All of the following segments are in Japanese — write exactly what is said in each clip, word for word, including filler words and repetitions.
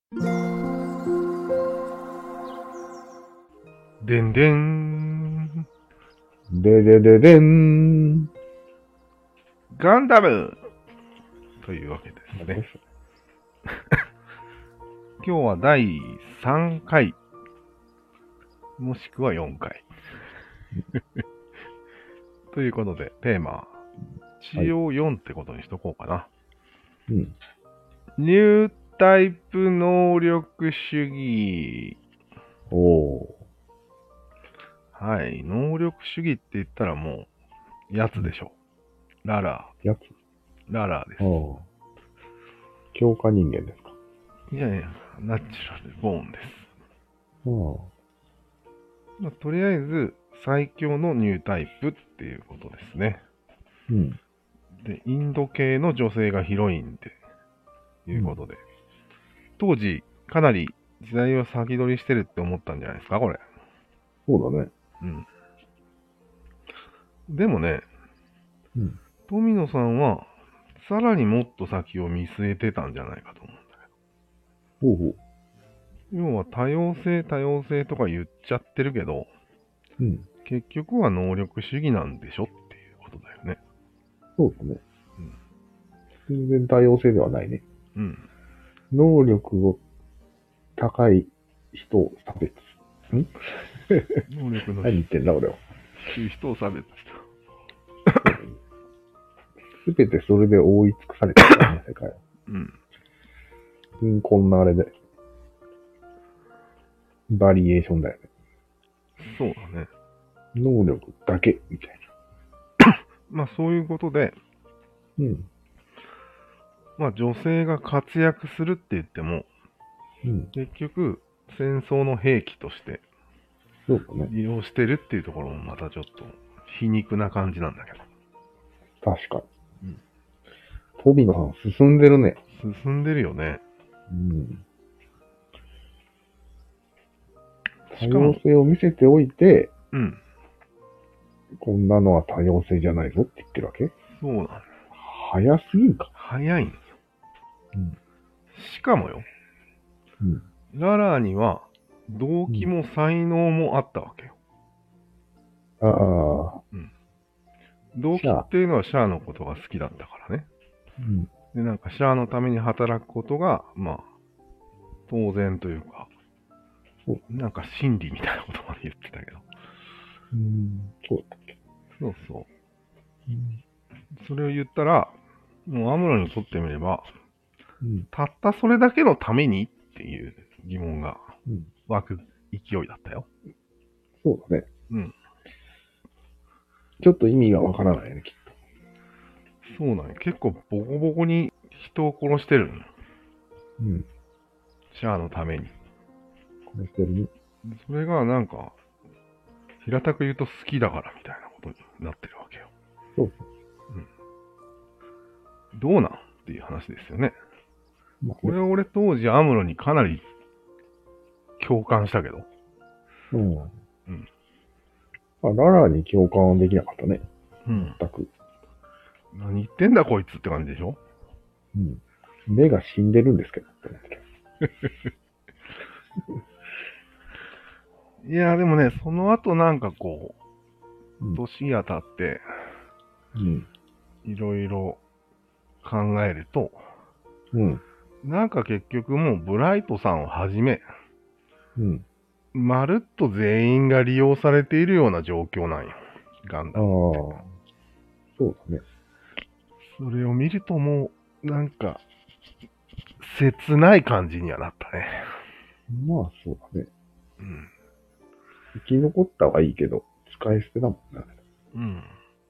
でんでん。 ででででん。 ガンダムというわけですね。今日はだいさんかい、もしくはよんかい。ということで、テーマ、一応よんってことにしとこうかな。 うん。 ニュータイプ能力主義。 おー。 はい。能力主義って言ったらもう、やつでしょ。ララやつ。 ー。ララーです。 おー。強化人間ですか。 いやいや、ナチュラルボーンです。 おまあ、とりあえず、最強のニュータイプっていうことですね。 ー。うん。 で、インド系の女性がヒロインっていうことで。うん、当時、かなり時代を先取りしてるって思ったんじゃないですか、これ。 そうだね。 うん。でもね、 うん、 富野さんは、さらにもっと先を見据えてたんじゃないかと思うんだけど。 ほうほう。 要は多様性多様性とか言っちゃってるけど、 うん、 結局は能力主義なんでしょっていうことだよね。 そうですね。うん、全然多様性ではないね。 うん。 能力を高い人を差別。ん能力の何言ってんだ俺は。 低い人を差別した。 すべてそれで覆い尽くされてるからね、世界は。 うん。 うん、こんなあれで。バリエーションだよね。 そうだね。 能力だけ、みたいな。まあそういうことで、 うん。 まあ女性が活躍するって言っても、 うん、 結局戦争の兵器としてそうだね。 利用してるっていうところもまたちょっと皮肉な感じなんだけど。 確かに。 うん。 飛野さん進んでるね。 進んでるよね。 うん。多様性を見せておいて、 うん。 こんなのは多様性じゃないぞって言ってるわけ？ そうなんだ。 早すぎんか。 早いんよ。 うん。 しかもよ。 うん。 ララーには動機も才能もあったわけよ。 ああ。 うん。動機っていうのはシャアのことが好きだったからね。 うん。 で、なんかシャアのために働くことが、まあ、当然というか、なんか真理みたいなことまで言ってたけど。 うん、そうだっけ。 そうそう。 うん、 それを言ったら、もうアムロにとってみれば、 うん、 たったそれだけのためにっていう疑問が湧く勢いだったよ。 うん、そうだね。 うん。 ちょっと意味がわからないね、きっと。そうなんよ。結構ボコボコに人を殺してるのよ。うん。シャアのために。 殺してるね。 それがなんか、平たく言うと好きだからみたいなことになってるわけよ。 そうそう。 うん。どうなんっていう話ですよね。 まあ、 これは俺当時アムロにかなり共感したけど。 うん。うん。 あ、 ララに共感はできなかったね。 うん。 全く。 何言ってんだこいつって感じでしょ？ うん。目が死んでるんですけどって思ってた。 いや、でもね、その後なんかこう、年が経って、うん。いろいろ考えると、うん。なんか結局もうブライトさんをはじめ、うん。まるっと全員が利用されているような状況なんよ。ガンダムって。ああ。 そうだね。 それを見るともう、なんか、切ない感じにはなったね。 まあ、そうだね。 うん。 生き残ったはいいけど、使い捨てだもんね。 うん。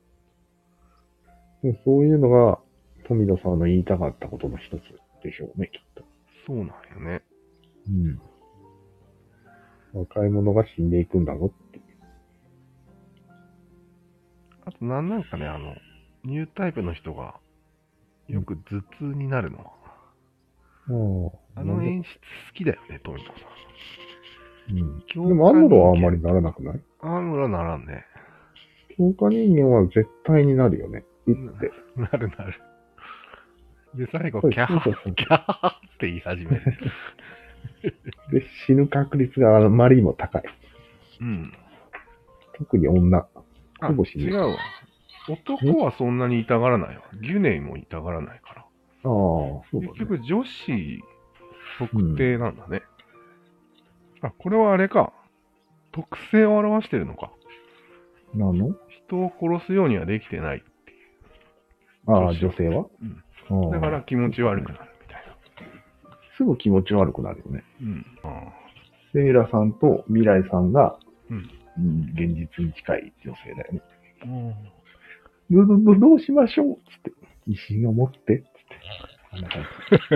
でもそういうのが、富野さんの言いたかったことの一つでしょうね、きっと。 そうなんよね。 うん。若い者が死んでいくんだぞっていう。 あと、なんなんかね、あの、ニュータイプの人が、よく頭痛になるのは、うん、あの演出好きだよね、富野さん。うん。 でもアムロはあんまりならなくない？ アムロはならんね。 強化人間は絶対になるよね。うって。 なるなる。で、最後、キャー、キャーって言い始める。 で、死ぬ確率があまりにも高い。 うん。 特に女。 ほぼ死ぬ。違うわ。男はそんなに痛がらないわ。ギュネイも痛がらないから。ああ、 そうだね。 結局女子特定なんだね。うん、あ、これはあれか。特性を表してるのか。 なの？ 人を殺すようにはできてないっていう。 ああ、女性は？ うん。だから気持ち悪くなるみたいな。 すぐ気持ち悪くなるよね。 うん。ああ。 セイラさんと未来さんが、 うん、 うん、現実に近い女性だよね。 うん。 ど、ど、どうしましょうつって。自信を持って。つって。あんな感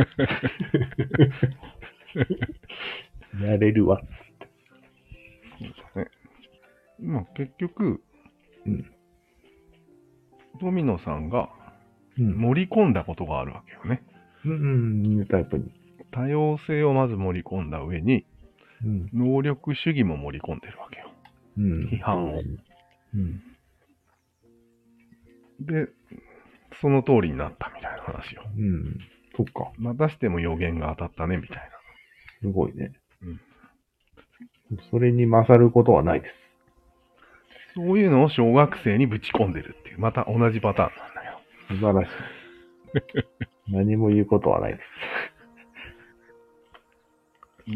じ。やれるわ。つって。 そうだね。まあ結局、 うん、 ドミノさんが盛り込んだことがあるわけよね。 うん、うん、ニュータイプに。 多様性をまず盛り込んだ上に、 うん、 能力主義も盛り込んでるわけよ。うん、批判を、うん。で、その通りになったみたいな話よ。 うん。そっか。 またしても予言が当たったね、みたいな。 すごいね。 うん。 それに勝ることはないです。 そういうのを小学生にぶち込んでるっていう、また同じパターンなんだよ。 素晴らしい。何も言うことはないです。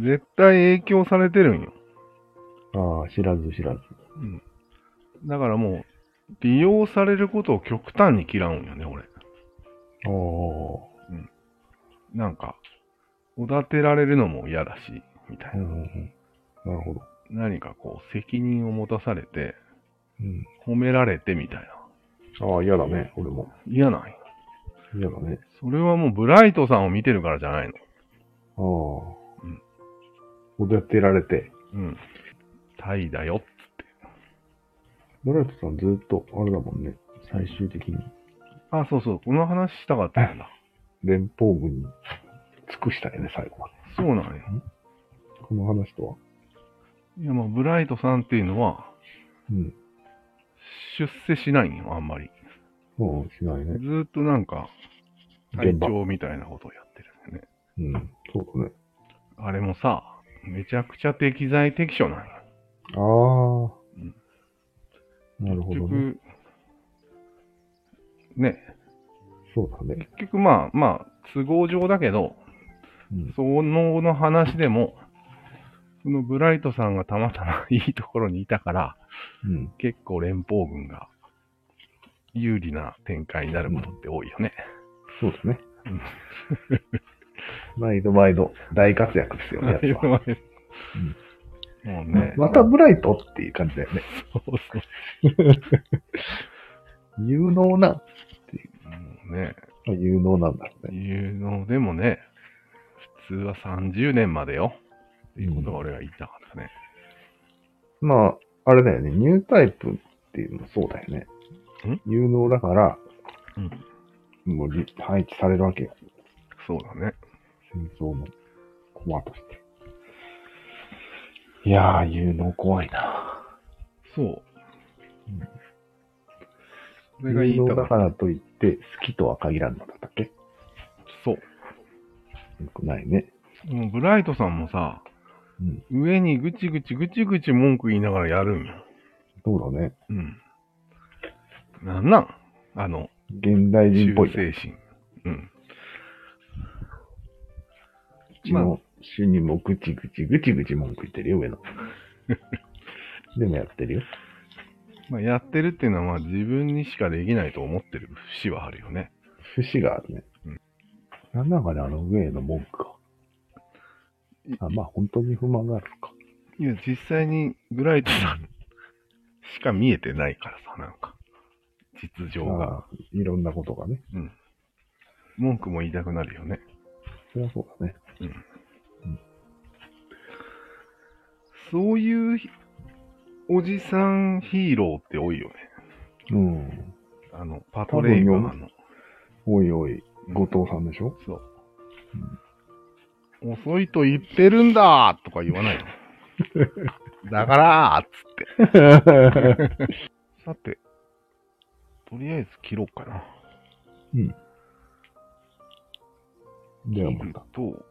絶対影響されてるんよ。 ああ、知らず知らず。 うん。だからもう、利用されることを極端に嫌うんよね、俺。 ああ。うん。なんか、おだてられるのも嫌だし、みたいな。うんうん、 なるほど。 何かこう、責任を持たされて、 うん、 褒められてみたいな。ああ、嫌だね、俺も。 嫌なんよ。 嫌だね。 それはもうブライトさんを見てるからじゃないの。 ああ。うん。おだてられて。 うん。タイだよ、っつって。 ブライトさんずっと、あれだもんね。最終的に。 あ、そうそう。この話したかったんだ。 連邦軍に尽くしたよね、最後まで。 そうなんよ。 この話とは。 いや、まあ、ブライトさんっていうのは、 うん。 出世しないんよ、あんまり。 うん、しないね。 ずっとなんか、隊長みたいなことをやってるんだよね。うん、そうだね。 あれもさ、めちゃくちゃ適材適所なんよ。 ああ。うん。なるほどね。 結局、ね。 そうだね。 結局まあ、まあ、都合上だけど、うん、そのの話でも、そのブライトさんがたまたまいいところにいたから、うん、結構連邦軍が有利な展開になることって多いよね。 うん、そうだね。うん、毎度毎度大活躍ですよね。毎度毎度。うん、もうね。またブライトっていう感じだよね。そうそう。有能なっていう。ね。有能なんだろうね。 有能でもね、普通はさんじゅうねんまでよ。っていうことが俺が言いたかったね。 うん、まあ、あれだよね。ニュータイプっていうのもそうだよね。ん有能だから、うん、もう配置されるわけよ。 そうだね。 戦争の駒として。いやー、有能怖いな。 そう。うん、 それが有能だからといって好きとは限らんのだったっけ？ そう。 よくないね。 もうブライトさんもさ、うん、上にぐちぐちぐちぐち文句言いながらやるんよ。 そうだね。 うん。なんなんあの、 現代人っぽい。 忠誠心。うん。 うちの主にもぐちぐちぐちぐち文句言ってるよ、上の。でもやってるよ。 まあ、やってるっていうのはまあ自分にしかできないと思ってる節はあるよね。 節があるね。うん。なんだかね、あの上への文句が。あ、まあ本当に不満があるか。 いや、実際にブライトさんしか見えてないからさ、なんか。実情が。 いろんなことがね。 うん。文句も言いたくなるよね。 そりゃそうだね。 うん。うん、そういうおじさんヒーローって多いよね。 うん。 あの、パトレイバーの。 おいおい、後藤さんでしょ、 うん、そう。うん、遅いと言ってるんだとか言わないの。だからーっつって。さて、とりあえず切ろうかな。 うん。ではまた。 と